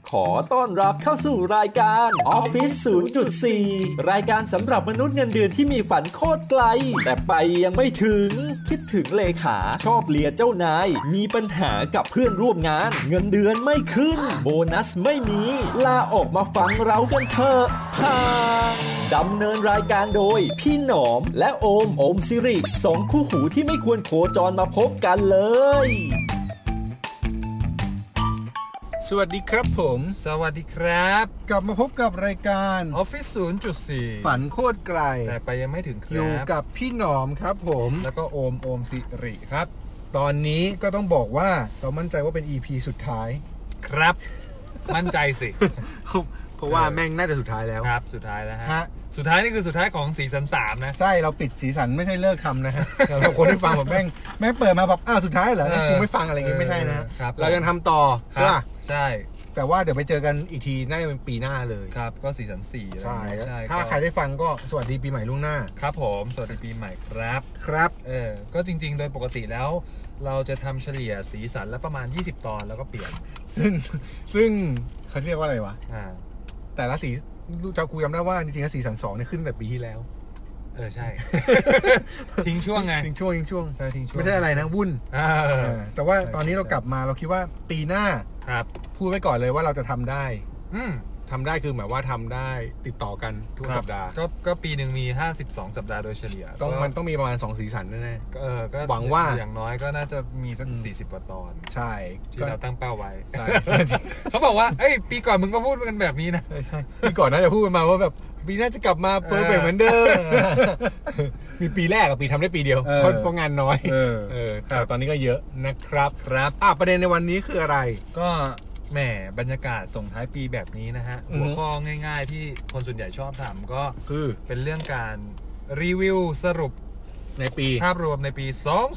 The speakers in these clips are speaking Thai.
ขอต้อนรับเข้าสู่รายการ Office 0.4 รายการสำหรับมนุษย์เงินเดือนที่มีฝันโคตรไกลแต่ไปยังไม่ถึงคิดถึงเลขาชอบเลียเจ้านายมีปัญหากับเพื่อนร่วมงานเงินเดือนไม่ขึ้นโบนัสไม่มีลาออกมาฟังเรากันเถอะค่ะดำเนินรายการโดยพี่หนอมและโอมสิริสองคู่หูที่ไม่ควรโคจรมาพบกันเลยสวัสดีครับผมสวัสดีครับกลับมาพบกับรายการ Office 0.4 ฝันโคตรไกลแต่ไปยังไม่ถึงครับอยู่กับพี่หนอมครับผมแล้วก็โอมสิริครับตอนนี้ก็ต้องบอกว่าเรามั่นใจว่าเป็น EP สุดท้ายครับมั่นใจสิเพราะว่าแม่งน่าจะสุดท้ายแล้วครับสุดท้ายแล้วฮะสุดท้ายนี่คือสุดท้ายของซีซั่น3นะใช่เราปิดซีซั่นไม่ใช่เลิกทำนะฮะเราคนที่ฟังแบบแม่งเปิดมาแบบอ้าวสุดท้ายเหรอกูไม่ฟังอะไรอย่างงี้ไม่ใช่นะเรายังทำต่อใช่ป่ะใช่แต่ว่าเดี๋ยวไปเจอกันอีกทีน่าจะเป็นปีหน้าเลยครับก็ซีซั่น4 ใช่ถ้าใครได้ฟังก็สวัสดีปีใหม่ล่วงหน้าครับผมสวัสดีปีใหม่ครับครับก็จริงๆโดยปกติแล้วเราจะทำเฉลี่ยสีสันละประมาณ20ตอนแล้วก็เปลี่ยนซึ่งเขาเรียกว่าอะไรวะแต่ละสีเจ้ากูจำได้ว่าจริงๆสีสัน2เนี่ยขึ้นแต่ปีที่แล้วใช่ทิ้งช่วงไงทิ้งช่วงใช่ทิ้งช่วงไม่ใช่อะไรนะวุ่นแต่ว่าตอนนี้เรากลับมาเราคิดว่าปีหน้าครับพูดไว้ก่อนเลยว่าเราจะทำได้ทำได้คือหมายว่าทำได้ติดต่อกันทุกสัปดาห์ก็ปีหนึ่งมี52สัปดาห์โดยเฉลี่ยมันต้องมีประมาณ2สีสันแน่ๆก็หวังว่าอย่างน้อยก็น่าจะมีสัก40กว่าตอนใช่ที่เราตั้งเป้าไว้ใช่เขาบอกว่าปีก่อนมึงก็พูดกันแบบนี้นะใช่ปีก่อนน่าจะพูดมาว่าแบบปีหน้าจะกลับมาเปิดแบบเหมือนเดิมมีปีแรกกับปีทำได้ปีเดียวเพราะงานน้อยแต่ตอนนี้ก็เยอะนะครับประเด็นในวันนี้คืออะไรก็แหมบรรยากาศส่งท้ายปีแบบนี้นะฮะหัวข้อง่ายๆที่คนส่วนใหญ่ชอบทำก็คือเป็นเรื่องการรีวิวสรุปในปีภาพรวมในปี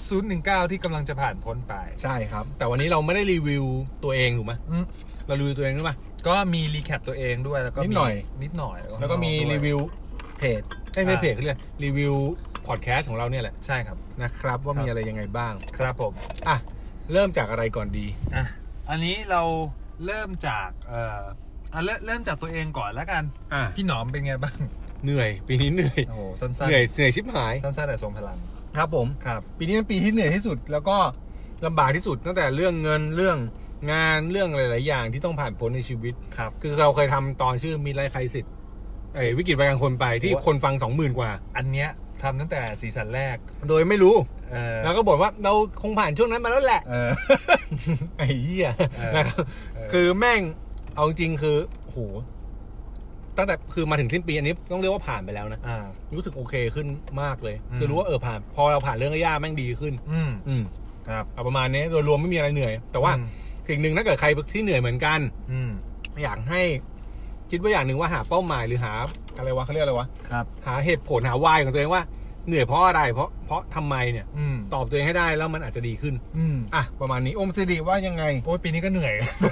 2019ที่กำลังจะผ่านพ้นไปใช่ครับแต่วันนี้เราไม่ได้รีวิวตัวเองถูกไหมเรารีวิวตัวเองหรือเปล่าก็มีรีแคปตัวเองด้วยแล้วก็นิดหน่อยแล้วก็มีรีวิวเพจไม่เพจเขาเรียกรีวิวพอดแคสต์ของเราเนี่ยแหละใช่ครับนะครับว่ามีอะไรยังไงบ้างครับผมเริ่มจากอะไรก่อนดีอันนี้เราเริ่มจากเริ่มจากตัวเองก่อนแล้วกันพี่หนอมเป็นไงบ้างเหนื่อยปีนี้เหนื่อยโอ้โหสั้นๆเหนื่อยชิบหายสั้นๆแต่ทรงพลังครับผมครับปีนี้เป็นปีที่เหนื่อยที่สุดแล้วก็ลำบากที่สุดตั้งแต่เรื่องเงินเรื่องงานเรื่องหลายๆอย่างที่ต้องผ่านพ้นในชีวิตครับคือเราเคยทำตอนชื่อมีไรใครสิทธิ์วิกฤตวัยกลางคนไปที่คนฟัง 20,000 กว่าอันเนี้ยทำตั้งแต่ซีซั่นแรกโดยไม่รู้แล้วก็บอกว่าเราคงผ่านช่วงนั้นมาแล้วแหละไอ้เหี้ยนะครับคือแม่งเอาจริงคือโหตั้งแต่คือมาถึงสิ้นปีอันนี้ต้องเรียกว่าผ่านไปแล้วนะรู้สึกโอเคขึ้นมากเลยคือรู้ว่าผ่านพอเราผ่านเรื่องยากแม่งดีขึ้นครับประมาณนี้โดยรวมไม่มีอะไรเหนื่อยแต่ว่าสิ่งหนึ่งถ้าเกิดใครที่เหนื่อยเหมือนกันอยากให้คิดว่าอย่างหนึ่งว่าหาเป้าหมายหรือหาอะไรวะเขาเรียกอะไรวะหาเหตุผลหาวายของตัวเองว่าเหนื่อยเพราะอะไรเพราะทำไมเนี่ยตอบตัวเองให้ได้แล้วมันอาจจะดีขึ้นประมาณนี้อมสิริว่ายังไงโอ้ยปีนี้ก็เหนื่อย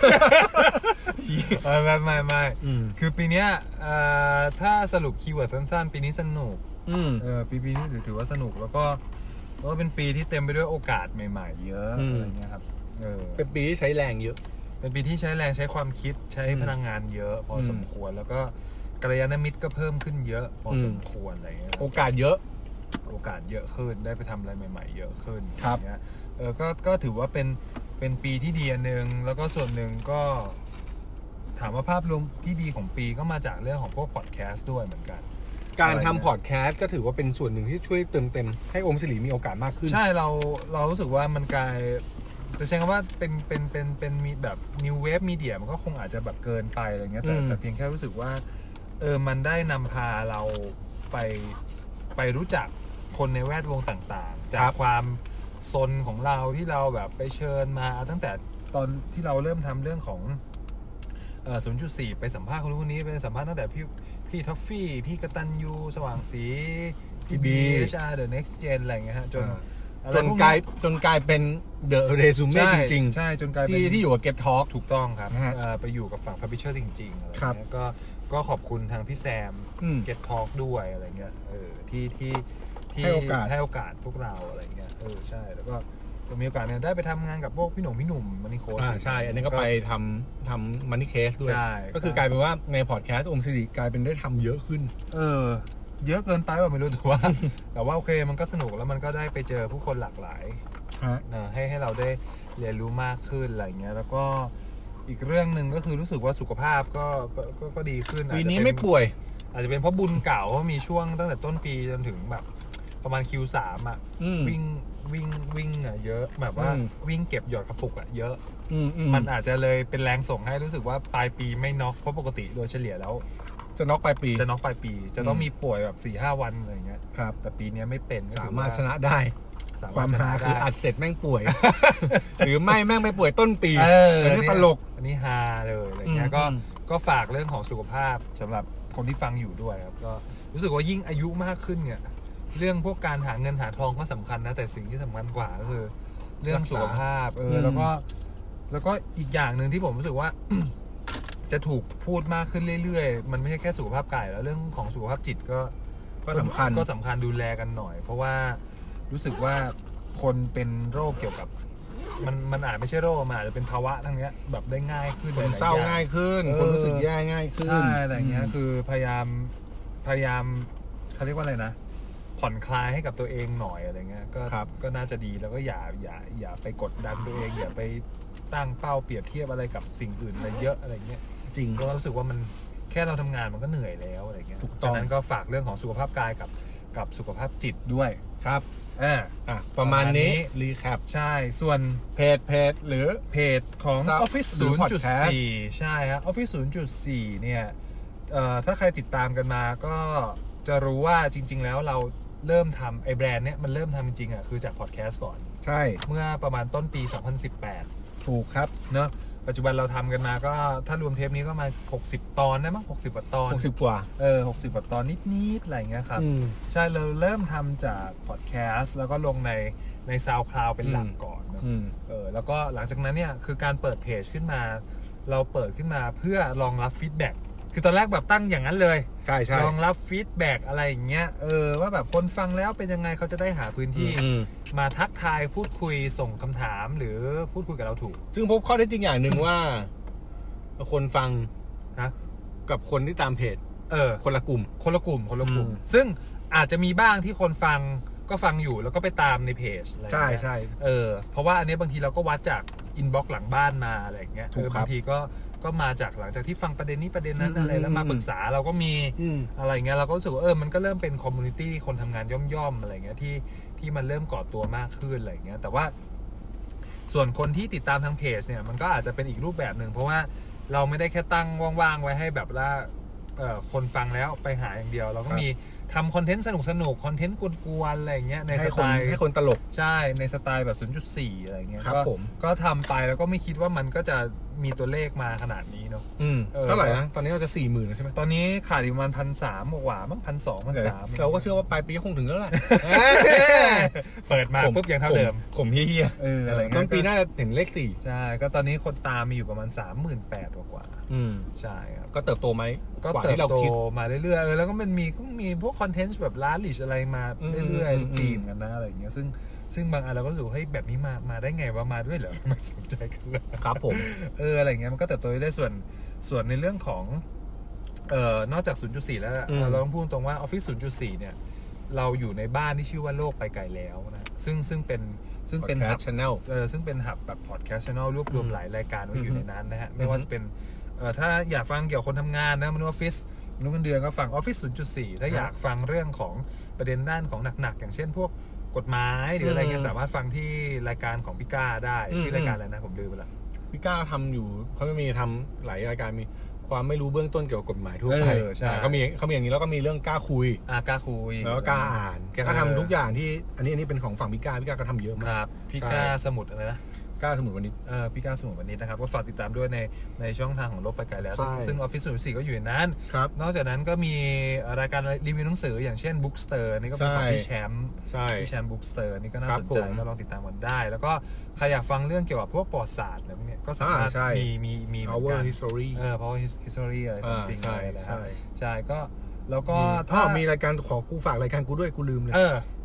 ไม่คือปีนี้ถ้าสรุปคีย์เวิร์ดสั้นๆปีนี้สนุกปีนี้ถือว่าสนุกแล้วก็เป็นปีที่เต็มไปด้วยโอกาสใหม่ๆเยอะอะไรเงี้ยครับเป็นปีที่ใช้แรงเยอะเป็นปีที่ใช้แรงใช้ความคิดใช้พลังงานเยอะพอสมควรแล้วก็กัลยาณมิตรก็เพิ่มขึ้นเยอะพอสมควรอะไรเงี้ยโอกาสเยอะขึ้นได้ไปทำอะไรใหม่ๆเยอะขึ้นครับก็ถือว่าเป็นปีที่ดีอันนึงแล้วก็ส่วนหนึ่งก็ถามว่าภาพรวมที่ดีของปีก็มาจากเรื่องของพวกพอดแคสต์ด้วยเหมือนกันการทำพอดแคสต์ก็ถือว่าเป็นส่วนหนึ่งที่ช่วยเติมเต็มให้อมสิริมีโอกาสมากขึ้นใช่เรารู้สึกว่ามันกลายจะใช้คำว่าเป็นมีแบบ new wave media มันก็คงอาจจะแบบเกินไปอะไรเงี้ยแต่เพียงแค่รู้สึกว่ามันได้นำพาเราไปรู้จักคนในแวดวงต่างๆจากความซนของเราที่เราแบบไปเชิญมาตั้งแต่ตอนที่เราเริ่มทำเรื่องของ0.4 ไปสัมภาษณ์คนนู้นคนนี้ไปสัมภาษณ์ตั้งแต่พี่ท็อฟฟี่พี่กตัญญูสว่างศรีพี่บีThe Next Gen อะไรเงี้ยฮะจนกลายเป็น The Resume จริงๆใช่จนกลายเป็นที่อยู่กับ Get Talk ถูกต้องครับไปอยู่กับฝั่ง Publisher จริงๆอะไรเงี้ยก็ขอบคุณทางพี่แซม Get Talk ด้วยอะไรเงี้ยที่ให้โอกาสพวกเราอะไรเงี้ยใช่แล้วก็มีโอกาสเนี่ยได้ไปทำงานกับพวกพี่หนุ่มมันนี่โค้ชใช่อันนี้ก็ไปทำมันนี่เคสด้วยก็คือกลายเป็นว่าในพอดแคสต์สิริกลายเป็นได้ทำเยอะขึ้นเยอะเกินไปว่าไม่รู้แต่ว่าโอเคมันก็สนุกแล้วมันก็ได้ไปเจอผู้คนหลากหลายให้เราได้เรียนรู้มากขึ้นอะไรเงี้ยแล้วก็อีกเรื่องหนึ่งก็คือรู้สึกว่าสุขภาพก็ดีขึ้นปีนี้ไม่ป่วยอาจจะเป็นเพราะบุญเก่าว่ามีช่วงตั้งแต่ต้นปีจนถึงแบบประมาณ Q3 อ่ะวิ่งอ่ะเยอะแบบว่าวิ่งเก็บหยอดกระปุกอ่ะเยอะมันอาจจะเลยเป็นแรงส่งให้รู้สึกว่าปลายปีไม่น็อกเพราะปกติโดยเฉลี่ยแล้วจะน็อกปลายปีจะต้องมีป่วยแบบ 4-5 วันอะไรเงี้ยครับแต่ปีนี้ไม่เป็นสามารถชนะได้ความฮาคืออัดเสร็จแม่งป่วยหรือไม่แม่งไม่ป่วยต้นปีอันนี้ตลกอันนี้ฮาเลยอะไรเงี้ยก็ฝากเรื่องของสุขภาพสำหรับคนที่ฟังอยู่ด้วยครับก็รู้สึกว่ายิ่งอายุมากขึ้นเนี่ยเรื่องพวกการหาเงินหาทองก็สำคัญนะแต่สิ่งที่สำคัญกว่าก็คือเรื่องสุขภาพแล้วก็อีกอย่างหนึ่งที่ผมรู้สึกว่า จะถูกพูดมากขึ้นเรื่อยๆมันไม่ใช่แค่สุขภาพกายแล้วเรื่องของสุขภาพจิตก็สำคัญดูแลกันหน่อยเพราะว่ารู้สึกว่าคนเป็นโรคเกี่ยวกับมันอาจไม่ใช่โรคมันอาจจะเป็นภาวะทั้งนี้แบบได้ง่ายขึ้นคนเศร้าง่ายขึ้นคนรู้สึกแย่ง่ายขึ้นใช่อะไรเงี้ยคือพยายามเขาเรียกว่าอะไรนะผ่อนคลายให้กับตัวเองหน่อยอะไรเงี้ยก็น่าจะดีแล้วก็อย่าไปกดดันตัวเองอย่าไปตั้งเป้าเปรียบเทียบอะไรกับสิ่งอื่นอะไรเยอะอะไรเงี้ยจริงก็รู้สึกว่ามันแค่เราทำงานมันก็เหนื่อยแล้วอะไรเงี้ยฉะนั้นก็ฝากเรื่องของสุขภาพกายกับสุขภาพจิตด้วยครับประมาณนี้รีแคปใช่ส่วนเพจหรือเพจของ Office 0.4 ใช่ครับ Office 0.4 เนี่ยถ้าใครติดตามกันมาก็จะรู้ว่าจริงๆแล้วเราเริ่มทำไอ้แบรนด์เนี้ยมันเริ่มทำจริงๆคือจากพอดแคสต์ก่อนใช่เมื่อประมาณต้นปี2018 ถูกครับเนอะปัจจุบันเราทำกันมาก็ถ้ารวมเทปนี้ก็มา60 ตอนได้มั้ง60 กว่าตอน 60 กว่า 60 กว่าตอนนิดๆอะไรเงี้ยครับใช่เราเริ่มทำจากพอดแคสต์แล้วก็ลงใน SoundCloud เป็นหลักก่อนแล้วก็หลังจากนั้นเนี่ยคือการเปิดเพจขึ้นมาเราเปิดขึ้นมาเพื่อรองรับฟีดแบ็กคือตอนแรกแบบตั้งอย่างนั้นเลยใช่รองรับฟีดแบ็กอะไรอย่างเงี้ยว่าแบบคนฟังแล้วเป็นยังไงเขาจะได้หาพื้นที่มาทักทายพูดคุยส่งคำถามหรือพูดคุยกับเราถูกซึ่งพบข้อเท็จจริงอย่างหนึ่งว่าคนฟังนะกับคนที่ตามเพจคนละกลุ่มซึ่งอาจจะมีบ้างที่คนฟังก็ฟังอยู่แล้วก็ไปตามในเพจอะไรใช่เพราะว่าอันนี้บางทีเราก็วัดจากอินบ็อกซ์หลังบ้านมาอะไรอย่างเงี้ยบางทีก็มาจากหลังจากที่ฟังประเด็นนี้ประเด็นนั้นอะไรแล้วมาปรึกษาเราก็มีอะไรเงี้ยเราก็รู้สึกว่ามันก็เริ่มเป็นคอมมูนิตี้คนทำงานย่อมๆอะไรเงี้ยที่มันเริ่มก่อตัวมากขึ้นอะไรเงี้ยแต่ว่าส่วนคนที่ติดตามทางเพจเนี่ยมันก็อาจจะเป็นอีกรูปแบบหนึ่งเพราะว่าเราไม่ได้แค่ตั้งว่างๆไว้ให้แบบว่าคนฟังแล้วไปหาอย่างเดียวเราก็มีทำคอนเทนต์สนุกคอนเทนต์กวนๆอะไรเงี้ยในสไตล์ให้คนตลกใช่ในสไตล์แบบ 0.4 อะไรเงี้ยก็ทำไปแล้วก็ไม่คิดว่ามันก็จะมีตัวเลขมาขนาดนี้เนาะเท่าไหร่นะตอนนี้เราจะ 40,000 แล้วใช่ไหมตอนนี้ขาดอีกประมาณ 1,300 กว่ามั้ง 1,200 เราก็เชื่อว่าปลายปีคงถึงแล้วแหละเปิดมาปุ๊บยังเท่าเดิมข่มเหี้ยอะไรเงี้ยต้นปีน่าจะถึงเลข4 ใช่ก็ตอนนี้คนตามมีอยู่ประมาณ 38,000 กว่าใช่ครับก็เติบโตไหมก็เติบโตมาเรื่อยๆแล้วก็มันมีพวกคอนเทนต์แบบร้านลิชอะไรมาเรื่อยๆทีมกันนะอะไรอย่างเงี้ยซึ่งบางอันเราก็รู้สึกเฮ้ยแบบนี้มาได้ไงว่ามาด้วยเหรอไม่สนใจกันเลยครับผมอะไรอย่างเงี้ยมันก็เติบโตได้ส่วนในเรื่องของนอกจาก 0.4 แล้วเราต้องพูดตรงว่า Office 0.4 เนี่ยเราอยู่ในบ้านที่ชื่อว่าโลกไปไกลแล้วนะซึ่งเป็น Podcast Channel ซึ่งเป็นหับแบบ Podcast Channel รวบรวมหลายรายการไว้อยู่ในนั้นนะฮะไม่ว่าจะเป็นถ้าอยากฟังเกี่ยวกับคนทำงานนะมนุษย์ออฟฟิศมนุษย์เงินเดือนก็ฟัง Office 0.4 ถ้าอยากฟังเรื่องของประเด็นด้านของหนักๆอย่างเช่นพวกกฎหมายหรืออะไรเงี้ยสามารถฟังที่รายการของพี่ก้าได้ที่รายการอะไรนะผมลืมไปละพี่ก้าทำอยู่เขาไม่มีทำหลายรายการมีความไม่รู้เบื้องต้นเกี่ยวกับกฎหมายทั่วไปเขามีอย่างนี้แล้วก็มีเรื่องกล้าคุยแล้วก็กล้าอ่านแกก็ทำทุกอย่างที่อันนี้เป็นของฝั่งพี่ก้าก็ทำเยอะมากพี่ก้าสมุดอะไรนะก้าสมุดวันนี้พี่ก้าสมุดวันนี้นะครับก็ฝากติดตามด้วยในช่องทางของโลกไปไกลแล้วซึ่ง Office 0.4 ก็อยู่ในนั้นนอกจากนั้นก็มีรายการรีวิวหนังสืออย่างเช่น Bookster นี่ก็เป็นของพี่แชมป์Bookster นี่ก็น่าสนใจก็ลองติดตามกันได้แล้วก็ใครอยากฟังเรื่องเกี่ยวกับพวกประวัติศาสตร์อะไรพวกนี้ก็สามารถมี Power History Power History อะไรต่างๆใช่ก็แล้วก็ถ้ามีรายการขอกูฝากรายการกูด้วยกูลืมเลย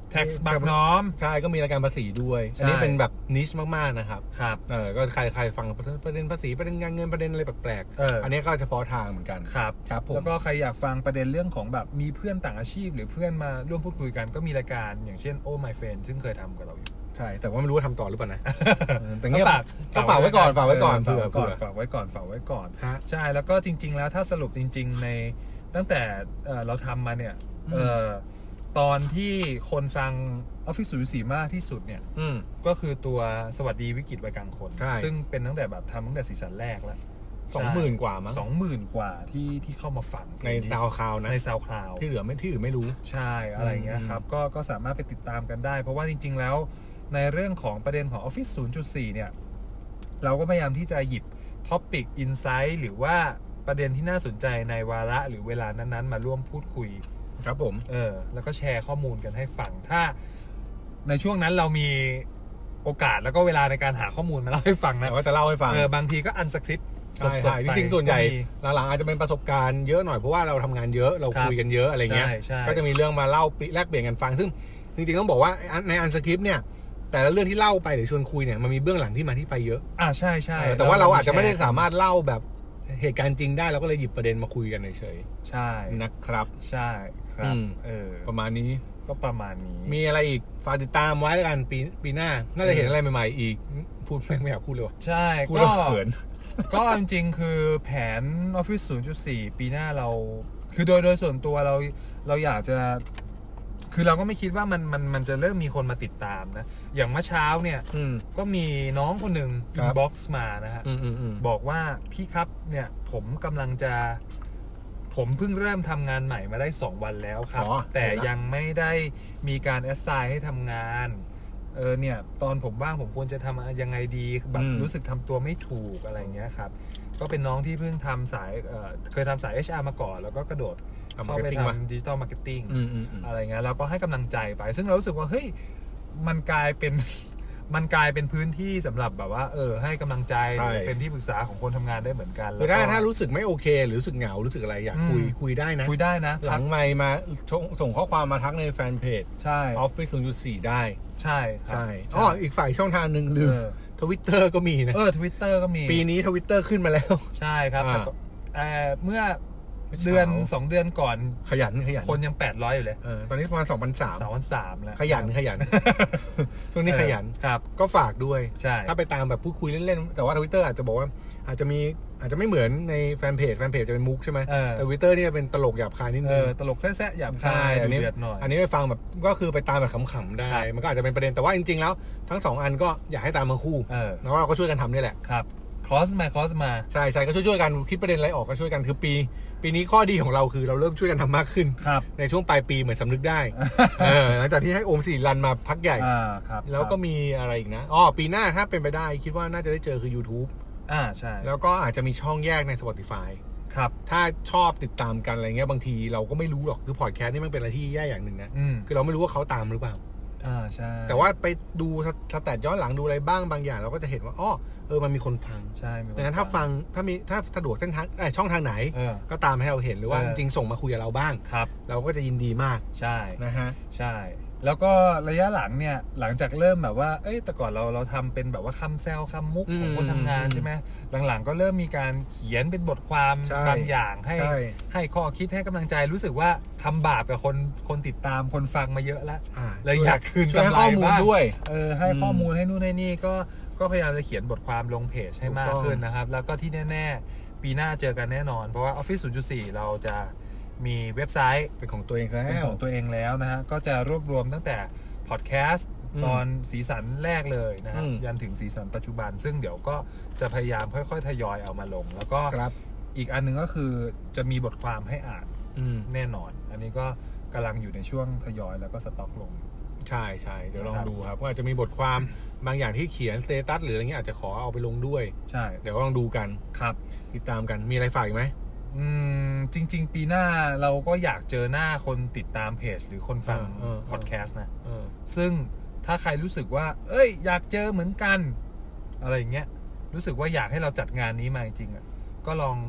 tax บักน้อมใช่ก็มีรายการภาษีด้วยอันนี้เป็นแบบนิชมากๆนะครับครับก็ใครฟังประเด็นภาษีประเด็นการเงินประเด็นอะไรแปลกๆอันนี้ก็เฉพาะทางเหมือนกันครับผมแล้วก็ใครอยากฟังประเด็นเรื่องของแบบมีเพื่อนต่างอาชีพหรือเพื่อนมาร่วมพูดคุยกันก็มีรายการอย่างเช่น Oh My Friend ซึ่งเคยทำกับเราอยู่ใช่แต่ว่าไม่รู้ว่าทำต่อหรือเปล่านะแต่เงี้ยฝากไว้ก่อนฝากไว้ก่อนฝากไว้ก่อนใช่แล้วก็จริงๆแล้วถ้าสรุปจริงๆในตั้งแต่เราทำมาเนี่ยตอนที่คนฟัง Office 0.4 มากที่สุดเนี่ยก็คือตัวสวัสดีวิกฤตวัยกลางคนซึ่งเป็นตั้งแต่แบบทำตั้งแต่ซีซั่นแรกแล้ว 20,000 กว่ามั้ง 20,000 กว่าที่เข้ามาฟังในซาวคลาวนะในซาวคลาวที่เหลือที่อื่นไม่รู้ใช่อะไรเงี้ยครับก็สามารถไปติดตามกันได้เพราะว่าจริงๆแล้วในเรื่องของประเด็นของ Office 0.4 เนี่ยเราก็พยายามที่จะหยิบ Topic Insight หรือว่าประเด็นที่น่าสนใจในวาระหรือเวลานั้นๆมาร่วมพูดคุยครับผมแล้วก็แชร์ข้อมูลกันให้ฟังถ้าในช่วงนั้นเรามีโอกาสแล้วก็เวลาในการหาข้อมูลมาเล่าให้ฟังนะว่าจะเล่าให้ฟังบางทีก็อันสคริปต์ใช่จริงๆส่วนใหญ่หลังๆอาจจะเป็นประสบการณ์เยอะหน่อยเพราะว่าเราทำงานเยอะเราคุยกันเยอะอะไรเงี้ยก็จะมีเรื่องมาเล่าแลกเปลี่ยนกันฟังซึ่งจริงๆต้องบอกว่าในอันสคริปต์เนี่ยแต่ละเรื่องที่เล่าไปหรือชวนคุยเนี่ยมันมีเบื้องหลังที่มาที่ไปเยอะใช่แต่ว่าเราอาจจะไม่ได้สามารถเล่าแบบเหตุการณ์จริงได้เราก็เลยหยิบประเด็นมาคุยกันเฉยๆใช่นะครับใช่ครับประมาณนี้ก็ประมาณนี้มีอะไรอีกฝากติดตามไว้แล้วกันปีหน้าน่าจะเห็นอะไรใหม่ๆอีกพูดไม่อยากพูดเลยใช่ก็เขินก็จริงๆคือแผน Office 0.4 ปีหน้าเราคือโดยส่วนตัวเราอยากจะคือเราก็ไม่คิดว่ามันจะเริ่มมีคนมาติดตามนะอย่างเมื่อเช้าเนี่ยก็มีน้องคนหนึ่งอินบ็อกซ์มานะฮะบอกว่าพี่ครับเนี่ยผมเพิ่งเริ่มทำงานใหม่มาได้2 วันแล้วครับแต่ยังไม่ได้มีการแอสไซน์ให้ทำงานเนี่ยตอนผมว่างผมควรจะทำยังไงดีแบบรู้สึกทำตัวไม่ถูกอะไรเงี้ยครับก็เป็นน้องที่เพิ่งทำสายเคยทำสาย HR มาก่อนแล้วก็กระโดดเข้าไปทำดิจิตอลมาร์เก็ตติ้งอะไรเงี้ยเราก็ให้กำลังใจไปซึ่งเรารู้สึกว่าเฮ้ยมันกลายเป็นพื้นที่สำหรับแบบว่าให้กำลังใจเป็นที่ปรึกษาของคนทำงานได้เหมือนกันแล้วถ้ารู้สึกไม่โอเคหรือรู้สึกเหงารู้สึกอะไรอยากคุยได้นะหลังไมค์มาส่งข้อความมาทักในแฟนเพจใช่ Office 0.4 ได้ใช่ครับอีกฝ่ายช่องทางนึงลืมTwitter ก็มีนะ Twitter ก็มีปีนี้ Twitter ขึ้นมาแล้วใช่ครับเมื่อ2 เดือนก่อนขยันคนยัง800อยู่เลยตอนนี้ประมาณ 2,300 แล้วขยันช่วงนี้ขยันครับก็ฝากด้วยใช่ถ้าไปตามแบบพูดคุยเล่นๆแต่ว่า Twitter อาจจะบอกว่าอาจจะไม่เหมือนในแฟนเพจจะเป็นมุกใช่ไหมแต่ Twitter นี่เป็นตลกหยาบคายนิดนึงตลกแซ่ๆหยาบคายอันนี้ไปฟังแบบก็คือไปตามแบบขำๆได้มันก็อาจจะเป็นประเด็นแต่ว่าจริงๆแล้วทั้ง2 อันก็อยากให้ตามมาคู่แล้วเราก็ช่วยกันทำนี่แหละครับคอสมาใช่ก็ช่วยกันคิดประเด็นอะไรออกก็ช่วยกันคือปีนี้ข้อดีของเราคือเราเริ่มช่วยกันทำมากขึ้นในช่วงปลายปีเหมือนสำนึกได้หลังจากที่ให้โอม4 รันมาพักใหญ่แล้วก็มีอะไรอีกนะปีหน้าถ้าเป็นไปได้คิดว่าน่าจะได้เจอคือ YouTube ใช่แล้วก็อาจจะมีช่องแยกใน Spotify ครับถ้าชอบติดตามกันอะไรเงี้ยบางทีเราก็ไม่รู้หรอกคือพอดแคสต์นี่มันเป็นอะไรที่แย่อย่างหนึ่งนะคือเราไม่รู้ว่าเขาตามหรือเปล่าใช่แต่ว่าไปดูสแตทย้อนหลังดูอะไรบ้างบางอย่างเราก็จะเห็นว่ามันมีคนฟังใช่ดังนั้นถ้าฟังถ้าสะดวกเส้นทางช่องทางไหนก็ตามให้เราเห็นหรือว่าจริงๆส่งมาคุยกับเราบ้างครับเราก็จะยินดีมากใช่นะฮะใช่แล้วก็ระยะหลังเนี่ยหลังจากเริ่มแบบว่าแต่ก่อนเราทำเป็นแบบว่าคำแซวคำมุกของคนทำงานใช่ไหมหลังๆก็เริ่มมีการเขียนเป็นบทความบางอย่างให้ข้อคิดให้กำลังใจรู้สึกว่าทำบาปกับคนติดตามคนฟังมาเยอะแล้วเลยอยากคืนกำไรบ้างให้ข้อมูลให้นู่นให้นี่ก็พยายามจะเขียนบทความลงเพจให้มากขึ้นนะครับแล้วก็ที่แน่ๆปีหน้าเจอกันแน่นอนเพราะว่า Office 0.4 เราจะมีเว็บไซต์เป็นของตัวเองแล้วนะฮะก็จะรวบรวมตั้งแต่พอดแคสต์ตอนสีสันแรกเลยนะฮะยันถึงสีสันปัจจุบันซึ่งเดี๋ยวก็จะพยายามค่อยๆทยอยเอามาลงแล้วก็อีกอันนึงก็คือจะมีบทความให้อ่านแน่นอนอันนี้ก็กำลังอยู่ในช่วงทยอยแล้วก็สต็อกลงใช่เดี๋ยวลองดูครับว่าจะมีบทความบางอย่างที่เขียนสเตตัสหรืออะไรเงี้ยอาจจะขอเอาไปลงด้วยใช่เดี๋ยวก็ลองดูกันครับติดตามกันมีอะไรฝากอีกไหมจริงๆปีหน้าเราก็อยากเจอหน้าคนติดตามเพจหรือคนฟังพอดแคสต์นะซึ่งถ้าใครรู้สึกว่าอยากเจอเหมือนกันอะไรอย่างเงี้ยรู้สึกว่าอยากให้เราจัดงานนี้มาจริงๆก็ลอง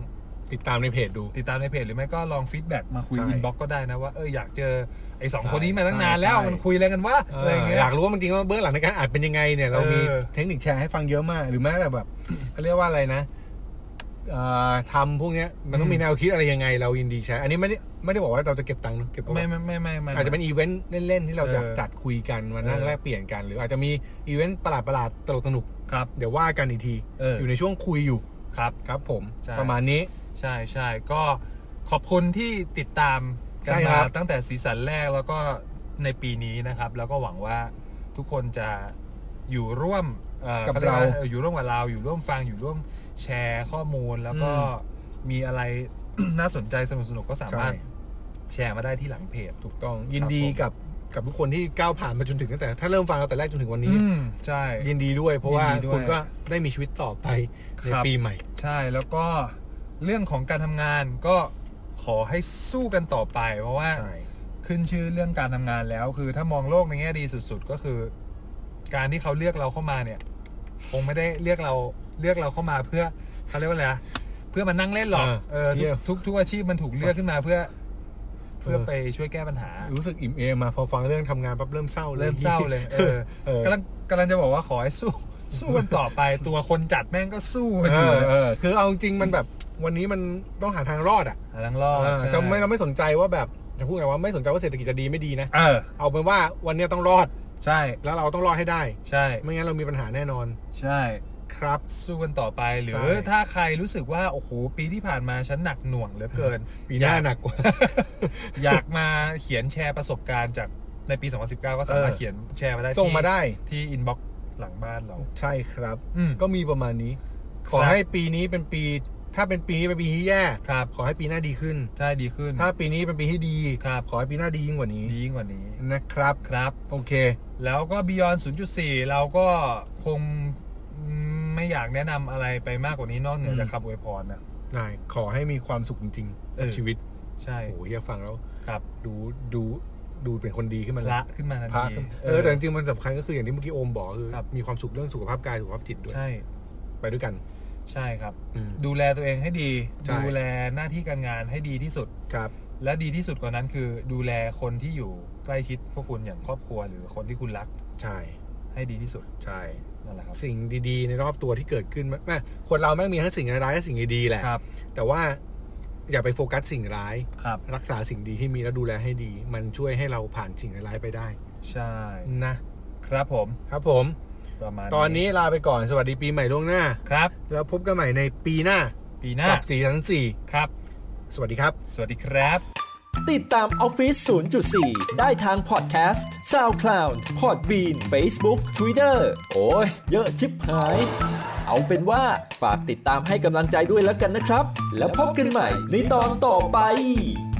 ติดตามในเพจดูติดตามในเพจหรือไม่ก็ลองฟีดแบ็กมาคุยอินบ็อกก็ได้นะว่าอยากเจอไอ้2คนนี้มาตั้งนานแล้วมันคุยอะไรกันวะอะไรอย่างเงี้ยอยากรู้ว่าจริงๆว่าเบื้องหลังในการอัดเป็นยังไงเนี่ยเรามีเทคนิคแชร์ให้ฟังเยอะมากหรือแม้แต่แบบเขาเรียกว่าอะไรนะทำพวกนี้มันต้องมีแนวคิดอะไรยังไงเรายินดีแชร์อันนี้ไม่ได้บอกว่าเราจะเก็บตังค์เก็บไม่อาจจะเป็นอีเวนต์เล่นๆที่เราจะจัดคุยกันมานั่งแลกเปลี่ยนกันหรืออาจจะมีอีเวนต์ประหลาดๆตลกสนุกครับเดี๋ยวว่ากันอีกทีอยู่ในช่วงคุยอยู่ครับผมประมาณนี้ใช่ก็ขอบคุณที่ติดตามกันมาตั้งแต่ซีซั่นแรกแล้วก็ในปีนี้นะครับแล้วก็หวังว่าทุกคนจะอยู่ร่วมกับเราอยู่ร่วมกับเราอยู่ร่วมฟังอยู่ร่วมแชร์ข้อมูลแล้วก็มีอะไร น่าสนใจสนุกก็สามารถแชร์มาได้ที่หลังเพจถูกต้องยินดีกับทุกคนที่ก้าวผ่านมาจนถึงตั้งแต่ถ้าเริ่มฟังเราแต่แรกจนถึงวันนี้ใช่ยินดีด้วยเพราะว่าคุณก็ได้มีชีวิตต่อไปในปีใหม่ใช่แล้วก็เรื่องของการทำงานก็ขอให้สู้กันต่อไปเพราะว่าขึ้นชื่อเรื่องการทำงานแล้วคือถ้ามองโลกในแง่ดีสุดๆก็คือการที่เขาเลือกเราเข้ามาเนี่ยคงไม่ได้เลือกเราเข้ามาเพื่อเขาเรียกว่าอะไรเพื่อมานั่งเล่นหรอกทุกอาชีพมันถูกเลือกขึ้นมาเพื่อไปช่วยแก้ปัญหารู้สึกอิ่มเอมมาพอฟังเรื่องทำงานปั๊บเริ่มเศร้าเลยกำลังจะบอกว่าขอให้สู้กันต่อไปตัวคนจัดแม่งก็สู้กันอยู่คือเอาจริงมันแบบวันนี้มันต้องหาทางรอดหาทางรอดเราไม่สนใจว่าแบบจะพูดไงว่าไม่สนใจว่าเศรษฐกิจจะดีไม่ดีนะเอาเป็นว่าวันนี้ต้องรอดใช่แล้วเราต้องรอดให้ได้ใช่ไม่งั้นเรามีปัญหาแน่นอนใช่ครับสู้กันต่อไปหรือถ้าใครรู้สึกว่าโอ้โหปีที่ผ่านมาฉันหนักหน่วงเหลือเกินปีหน้าหนักกว่าอยากมาเขียนแชร์ประสบการณ์จากในปี2019ก็สามารถเขียนแชร์มาได้ส่งมาได้ที่อินบ็อกซ์หลังบ้านเราใช่ครับก็มีประมาณนี้ขอให้ปีนี้เป็นปีถ้าเป็นปีนี้เป็นปีที่แย่ขอให้ปีหน้าดีขึ้นใช่ดีขึ้นถ้าปีนี้เป็นปีที่ดีขอให้ปีหน้าดียิ่งกว่านี้นะครับโอเคแล้วก็ Beyond 0.4 เราก็คงไม่อยากแนะนำอะไรไปมากกว่านี้นอกเหนือจากคำอวยพรนะได้ขอให้มีความสุขจริงๆกับชีวิตใช่โอ้ยฟังแล้วครับดูเป็นคนดีขึ้นมาละขึ้นมาทันทีแต่จริงๆมันสำคัญก็คืออย่างที่เมื่อกี้โอมบอกคือมีความสุขเรื่องสุขภาพกายสุขภาพจิตด้วยใช่ไปด้วยกันใช่ครับดูแลตัวเองให้ดีดูแลหน้าที่การงานให้ดีที่สุดครับและดีที่สุดกว่านั้นคือดูแลคนที่อยู่ใกล้ชิดพวกคุณอย่างครอบครัวหรือคนที่คุณรักใช่ให้ดีที่สุดใช่นั่นแหละครับสิ่งดีๆในรอบตัวที่เกิดขึ้นแม่คนเราแม่งมีทั้งสิ่งร้ายและสิ่งดีๆแหละแต่ว่าอย่าไปโฟกัสสิ่งร้ายรักษาสิ่งดีที่มีแล้วดูแลให้ดีมันช่วยให้เราผ่านสิ่งร้ายไปได้ใช่นะครับผมตอนนี้ลาไปก่อนสวัสดีปีใหม่ล่วงหน้าครับแล้วพบกันใหม่ในปีหน้ากับ4/4 ครับสวัสดีครับสวัสดีครับติดตาม Office 0.4 ได้ทางพอดแคสต์ SoundCloud Podbean Facebook Twitter โอ้ยเยอะชิบหายเอาเป็นว่าฝากติดตามให้กำลังใจด้วยแล้วกันนะครับแล้วพบกันใหม่ในตอนต่อไป